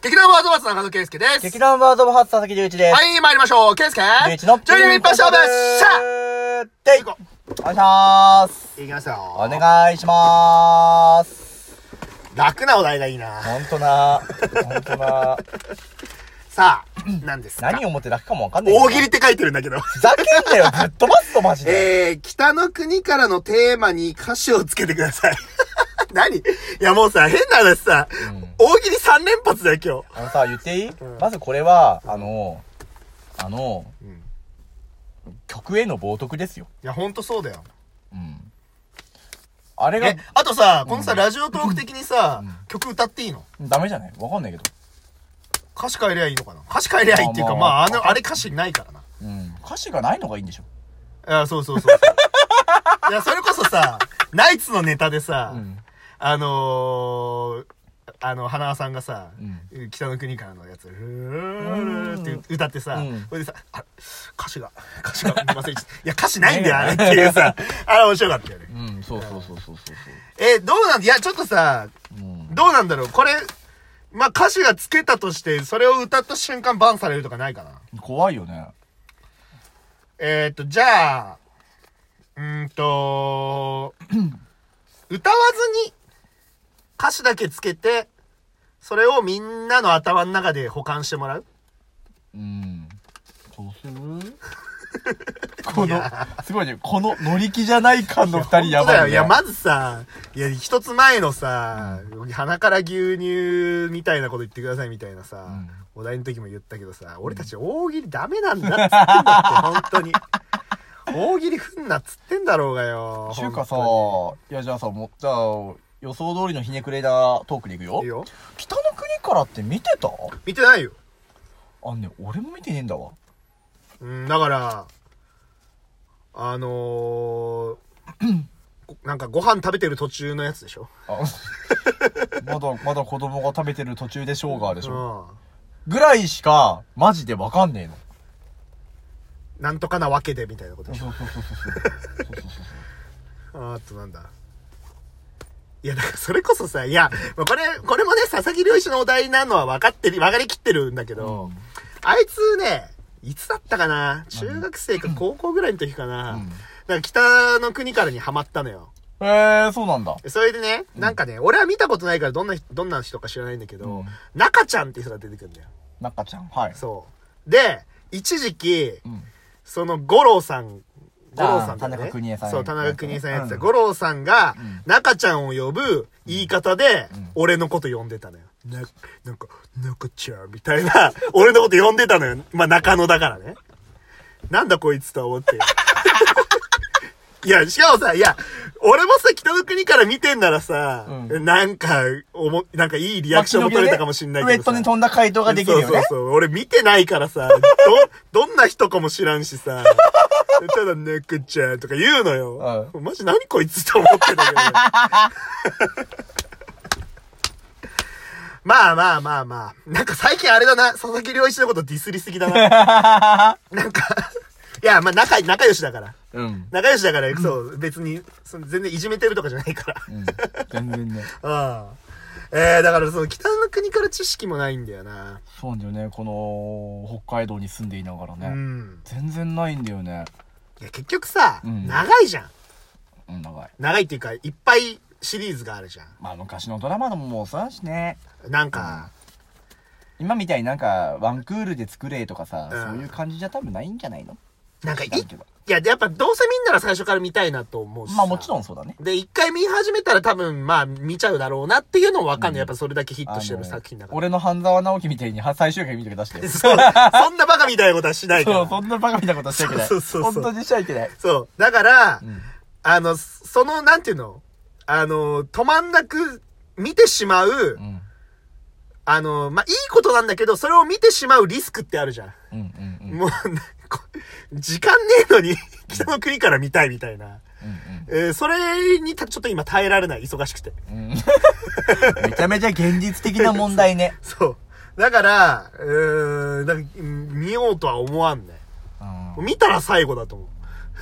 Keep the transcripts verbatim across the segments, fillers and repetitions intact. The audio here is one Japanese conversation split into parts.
劇団ワードバーツ中野圭介です。 劇団ワードバーツ佐々木隆一です。 はい、参りましょう。圭介隆一のじゅうにび一発勝負しゃでいこう。お願いしまーす。 いきますよ。 お願いしまーす。 楽なお題がいいな。 ほんとな。ほんとな。 さあ、何ですか？ 何をもって楽かもわかんない。 大喜利って書いてるんだけど。 ふざけんなよ、ずっと待つとマジで。 えー、北の国からのテーマに歌詞をつけてください。何？いやもうさ、変な話さ、うん、大喜利さん連発だよ今日。 あのさ、言っていい？うん、まずこれは、あの、あの、うん、曲への冒涜ですよ。 いや、ほんとそうだよ。 うん。あれが。 え、あとさ、このさ、うん、ラジオトーク的にさ、うん、曲歌っていいの？ ダメじゃない？わかんないけど。 歌詞変えりゃいいのかな？歌詞変えりゃいいっていうか、まあ、まあ、あの、あれ歌詞ないからな。 うん。歌詞がないのがいいんでしょ？ いや、そうそうそうそう。いや、それこそさ、ナイツのネタでさ、うん、あのー、あの、花輪さんがさ、うん、北の国からのやつ、うーって歌ってさ、うん、それでさ、あ、歌詞が、歌詞が、忘れちゃった。いや、歌詞ないんだよ、あれっていうさ、あれ面白かったよね。 うん、そうそうそうそうそう。 え、どうなんだ、いや、ちょっとさ、うん、どうなんだろう、これ、まあ、歌詞がつけたとして、それを歌った瞬間バンされるとかないかな？ 怖いよね。 えーと、じゃあ、うーんと、歌わずに歌詞だけつけて、それをみんなの頭の中で保管してもらう？ うーん。どうする？この、すごいね、この乗り気じゃない感の二人やばい、ね。 いや、まずさ、いや、一つ前のさ、うん、鼻から牛乳みたいなこと言ってくださいみたいなさ、うん、お題の時も言ったけどさ、俺たち大喜利ダメなんだっつってんだって、本当に。大喜利ふんなっつってんだろうがよ。 ちゅうかさ、いやじゃあさ、もう、じゃあ、予想通りのひねくれなトークでいくよ。いいよ。北の国からって見てた？ 見てないよ。 あんね、俺も見てねえんだわ。 うん、だから、あのー、なんかご飯食べてる途中のやつでしょ？あまだ、まだ子供が食べてる途中でしょうがでしょ、うん、ぐらいしか、マジでわかんねえの。 なんとかなわけでみたいなことでしょ？ そうそうそうそう。あとなんだ。いや、だからそれこそさ、いや、これ、これもね、佐々木良一のお題なのは分かってる、分かりきってるんだけど、うん、あいつね、いつだったかな、中学生か高校ぐらいの時かな、うん、だから北の国からにハマったのよ。 へえー、そうなんだ。 それでね、なんかね、うん、俺は見たことないからどんな、どんな人か知らないんだけど、うん、中ちゃんって人が出てくるんだよ。 中ちゃん、はい。 そう。で、一時期、うん、その五郎さん、五郎さんだね。 田中邦衛さん。 そう、田中邦衛さんやってた。五郎さんが、中ちゃんを呼ぶ言い方で、俺のこと呼んでたのよ。な、なんか、中ちゃんみたいな、俺のこと呼んでたのよ。まあ、中野だからね。なんだこいつと思って。いや、しかもさ、いや、俺もさ、北の国から見てんならさ、うん、なんか、おも、なんかいいリアクションも取れたかもしんないけどさ、 ウェットに飛んだ回答ができるよね。 そうそうそう。俺見てないからさ、ど、どんな人かも知らんしさ、ただ、ねくちゃんとか言うのよ。うん、マジ何こいつと思ってたけどね。まあまあまあまあ。なんか最近あれだな、佐々木良一のことディスりすぎだな。なんか、いや、まあ仲、仲良しだから。うん。仲良しだから、そう、別に、その全然いじめてるとかじゃないから。 うん。全然ね。 ああ。えー、だからその北の国から知識もないんだよな。 そうなんだよね、この、北海道に住んでいながらね。うん。全然ないんだよね。 いや、結局さ、うん、長いじゃん。 うん、長い。 長いっていうか、いっぱいシリーズがあるじゃん。 まあ、昔のドラマのももうそうだしね。 なんか、 うん、今みたいになんか、ワンクールで作れとかさ、うん、そういう感じじゃ多分ないんじゃないの？ なんかい、いや、やっぱどうせみんなら最初から見たいなと思うし。 まあもちろんそうだね。 で、一回見始めたら多分、まあ見ちゃうだろうなっていうのもわかんない。うん、やっぱそれだけヒットしてる作品だから。 俺の半沢直樹みたいに最終回見てください。 そう。そんなバカみたいなことはしないから。 そう、そんなバカみたいなことはしちゃいけない。そうそうそう。本当にしちゃいけない。 そう。だから、うん、あの、その、なんていうのあの、止まんなく見てしまう、うん、あの、まあ、いいことなんだけど、それを見てしまうリスクってあるじゃん。うんうんうん、もう、時間ねえのに、北の国から見たいみたいな。うんうん、えー、それにたちょっと今耐えられない、忙しくて。うん、 めちゃめちゃ現実的な問題ね。 そう。だから、うーん、だから見ようとは思わんね。うん、見たら最後だと思う。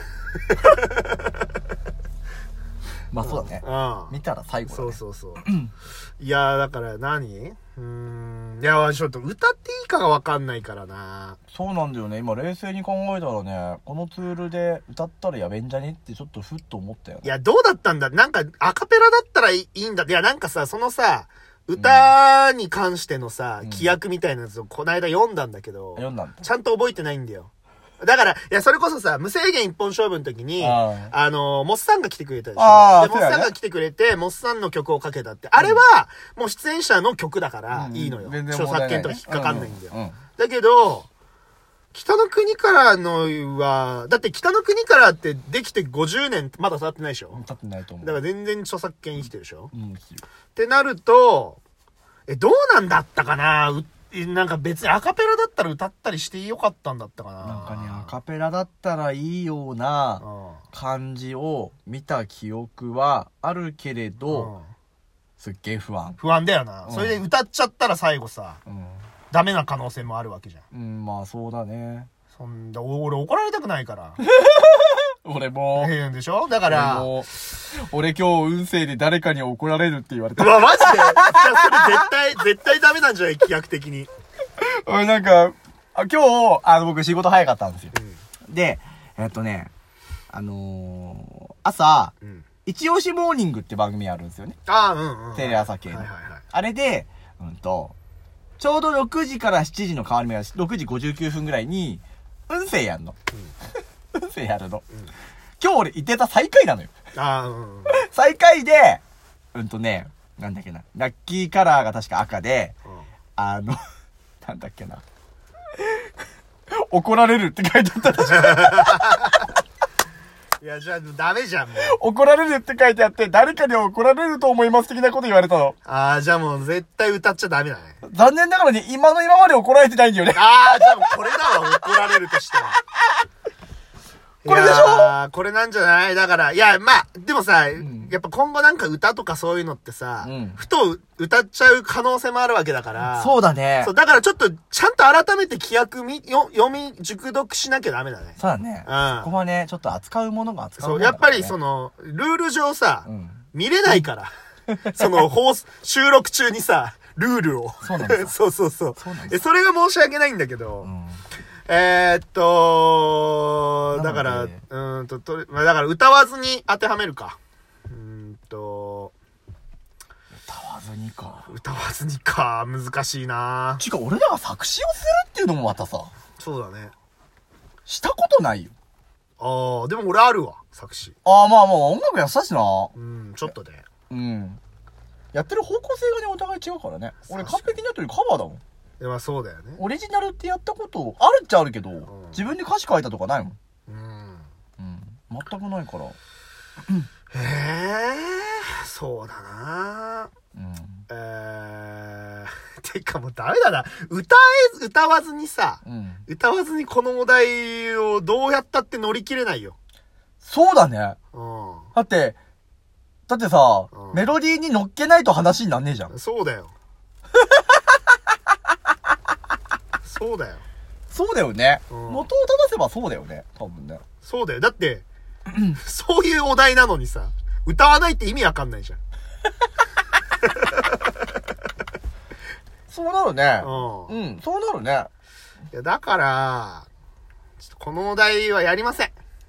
まあそうだね。うん、見たら最後だね。 そうそうそう。いやーだから何うーん、 いや、ちょっと歌っていいかがわかんないからな。 そうなんだよね。今冷静に考えたらね、このツールで歌ったらやべんじゃねってちょっとふっと思ったよね。 いや、どうだったんだなんか、アカペラだったらいいんだ。いや、なんかさ、そのさ、歌に関してのさ、 うん、 規約みたいなやつをこの間読んだんだけど、 読んだんだ。 ちゃんと覚えてないんだよ。だから、いや、それこそさ、無制限一本勝負の時に、あ, あの、モッサンが来てくれたでしょ。で、モッサンが来てくれて、モッサンの曲をかけたって。あれは、もう出演者の曲だから、いいのよ。うん、著作権とか引っかかんないんだよ。うんうん、だけど、北の国からのは、だって北の国からってできてごじゅうねんまだ経ってないでしょ。 経ってないと思う。 だから全然著作権生きてるでしょ。 うん。 ってなると、え、どうなんだったかなうなんか別にアカペラだったら歌ったりしてよかったんだったかな。 なんかね、アカペラだったらいいような感じを見た記憶はあるけれど、すっげえ不安。 不安だよな。それで歌っちゃったら最後さ、うん、ダメな可能性もあるわけじゃん。 うん、まあそうだね。 そんだ、俺怒られたくないから。 俺も。 ええんでしょだから。 俺も。俺今日運勢で誰かに怒られるって言われた。 うわ、マジでいや、それ絶対、絶対ダメなんじゃない規約的に。 俺なんか、あ今日、あの僕仕事早かったんですよ。うん、で、えっとね、あのー、朝、うん、一押しモーニングって番組あるんですよね。 ああ、うんうん。 テレ朝系の。 はいはいはい。 あれで、うんと、ちょうどろくじからしちじの変わり目がろくじごじゅうきゅうふんぐらいに、運勢やんの。うん、運勢やるの。うん、今日俺いてた最下位なのよ。 ああ、うん、うん。 最下位で、うんとね、なんだっけな。ラッキーカラーが確か赤で、うん、あの、なんだっけな。怒られるって書いてあったでしょ。 いや、じゃあダメじゃん、もう。 怒られるって書いてあって、誰かに怒られると思います的なこと言われたの。 ああ、じゃあもう絶対歌っちゃダメだね。 残念ながらね、今の今まで怒られてないんだよね。 ああ、じゃあもうこれだわ、怒られるとしては。 これでしょ？ ああ、これなんじゃないだから、いや、まあ、でもさ、うん、やっぱ今後なんか歌とかそういうのってさ、うん、ふと歌っちゃう可能性もあるわけだから。 そうだね。 そう、だからちょっと、ちゃんと改めて規約み、よ、読み、熟読しなきゃダメだね。 そうだね。うん。ここはね、ちょっと扱うものが扱うものだ、ね。そう、やっぱりその、ルール上さ、うん、見れないから。その、放送、収録中にさ、ルールを。 そうなんですそうそうそう。そうなんです。それが申し訳ないんだけど、うん、えー、っと、だから、うーんと、とれ、まあ、だから歌わずに当てはめるか。うーんと、 歌わずにか。 歌わずにか。難しいな。 ちか、俺らが作詞をするっていうのもまたさ。 そうだね。 したことないよ。 ああ、でも俺あるわ、作詞。 ああ、まあまあ、音楽やったしな。 うん、ちょっとで。 うん。やってる方向性がね、お互い違うからね。俺完璧にやってるカバーだもん。 いや、まあそうだよね。 オリジナルってやったことあるっちゃあるけど、うん、自分で歌詞書いたとかないもん。うん。うん。全くないから。へえー、そうだな。うん。えー、てかもうダメだな。歌え、歌わずにさ、うん、歌わずにこのお題をどうやったって乗り切れないよ。 そうだね。 うん。 だって、だってさ、うん、メロディーに乗っけないと話になんねえじゃん。 そうだよ。そうだよ。 そうだよね。うん、元を正せばそうだよね。多分ね。 そうだよ。だって、そういうお題なのにさ、歌わないって意味わかんないじゃん。 そうなるね。うん。うん、そうなるね。 いや、だから、ちょっとこのお題はやりません。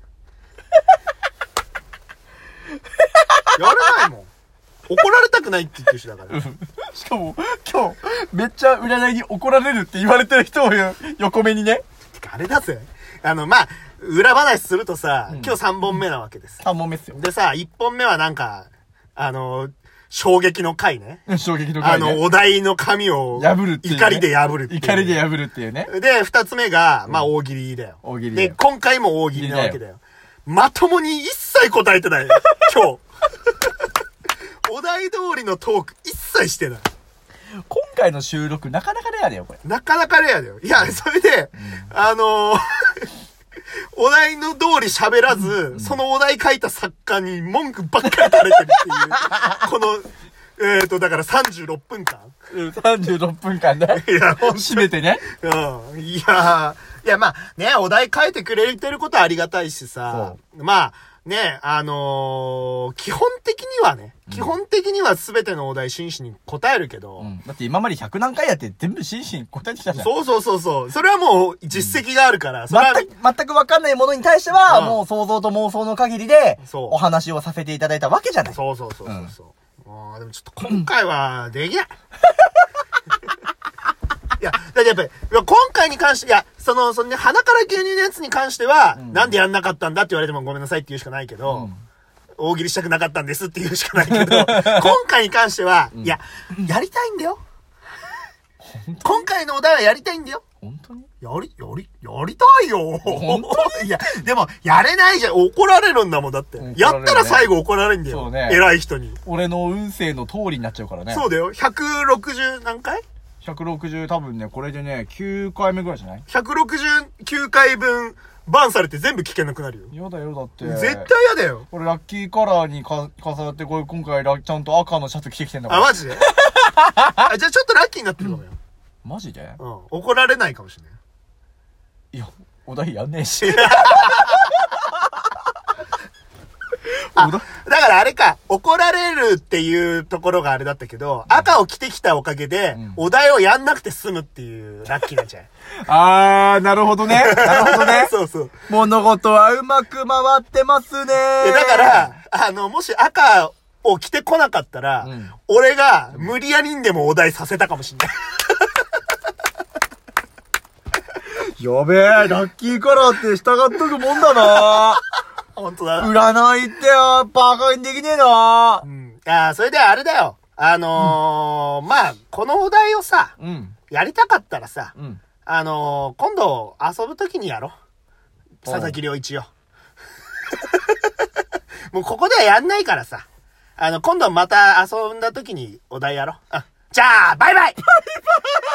やらないもん。怒られたくないって言ってる人だから。 しかも、今日、めっちゃ占いに怒られるって言われてる人を横目にね。 てか、あれだぜ。あの、まあ、裏話するとさ、うん、今日さんぼんめなわけです。 さんぼんめっすよ。 でさ、いっぽんめはなんか、あの、衝撃の回ね。 衝撃の回ね。 あの、お題の紙を、 破るっていう、ね。 怒りで破るっていう。 怒りで破るっていうね。 で、二つ目が、まあ、大喜利だよ。 大喜利。 で、今回も大喜利なわけだよ。まともに一切答えてない。今日。お題通りのトーク一切してない。 今回の収録なかなかレアだよ、これ。 なかなかレアだよ。いや、それで、うん、あのー、お題の通り喋らず、うん、そのお題書いた作家に文句ばっかり垂れてるっていう、この、えーと、だからさんじゅうろっぷんかん。 うん、さんじゅうろっぷんかんね。いや、ほんと。締めてね。 うん。いやいや、まあ、ね、お題書いてくれてることはありがたいしさ、まあ、 ね、あのー、基本的にはね、基本的には全てのお題真摯に答えるけど、 うん。だって今までひゃく何回やって全部真摯に答えてきたじゃん。 そうそうそうそう。それはもう実績があるから、うん、それは全く、全くわかんないものに対しては、 うん、 もう想像と妄想の限りで、 そう。 お話をさせていただいたわけじゃない。 そうそうそうそうそう。うん、あでもちょっと今回はできない。いや、だってやっぱり、今回に関して、いや、その、そのね、鼻から牛乳のやつに関しては、うん、なんでやんなかったんだって言われてもごめんなさいって言うしかないけど、うん、大喜利したくなかったんですって言うしかないけど、今回に関しては、うん、いや、やりたいんだよ。今回のお題はやりたいんだよ。 本当にやり、やり、やりたいよ。本当いや、でも、やれないじゃん。怒られるんだもん、だって。ね、やったら最後怒られるんだよ。そうね。偉い人に。 俺の運勢の通りになっちゃうからね。 そうだよ。ひゃくろくじゅう何回ひゃくろくじゅう多分ね、これでね、きゅうかいめぐらいじゃない ? ひゃくろくじゅうきゅうかいぶん、バンされて全部聞けなくなるよ。 やだよ、だって。 絶対やだよ。 これラッキーカラーにか、重なって、これ今回ラちゃんと赤のシャツ着てきてんだから。 あ、マジであ、じゃあちょっとラッキーになってるかもよ。 うん、マジでうん。怒られないかもしれない。 いや、お題やんねえし。 あ、だからあれか、怒られるっていうところがあれだったけど、うん、赤を着てきたおかげで、うん、お題をやんなくて済むっていうラッキーなんじゃないあー、なるほどね。なるほどね。 そうそう。 物事はうまく回ってますね。 だから、あの、もし赤を着てこなかったら、うん、俺が無理やりにでもお題させたかもしんない。 やべえ、ラッキーカラーって従っとくもんだな。 本当だ。 占いってやっぱ赤にできねえな。 うん。ああ、それであれだよ。あのー、うん、まあ、このお題をさ、うん、やりたかったらさ、うん、あのー、今度遊ぶときにやろう。佐々木良一よ。もうここではやんないからさ。あの、今度また遊んだときにお題やろう。あ、じゃあ、バイバイ。バイバイ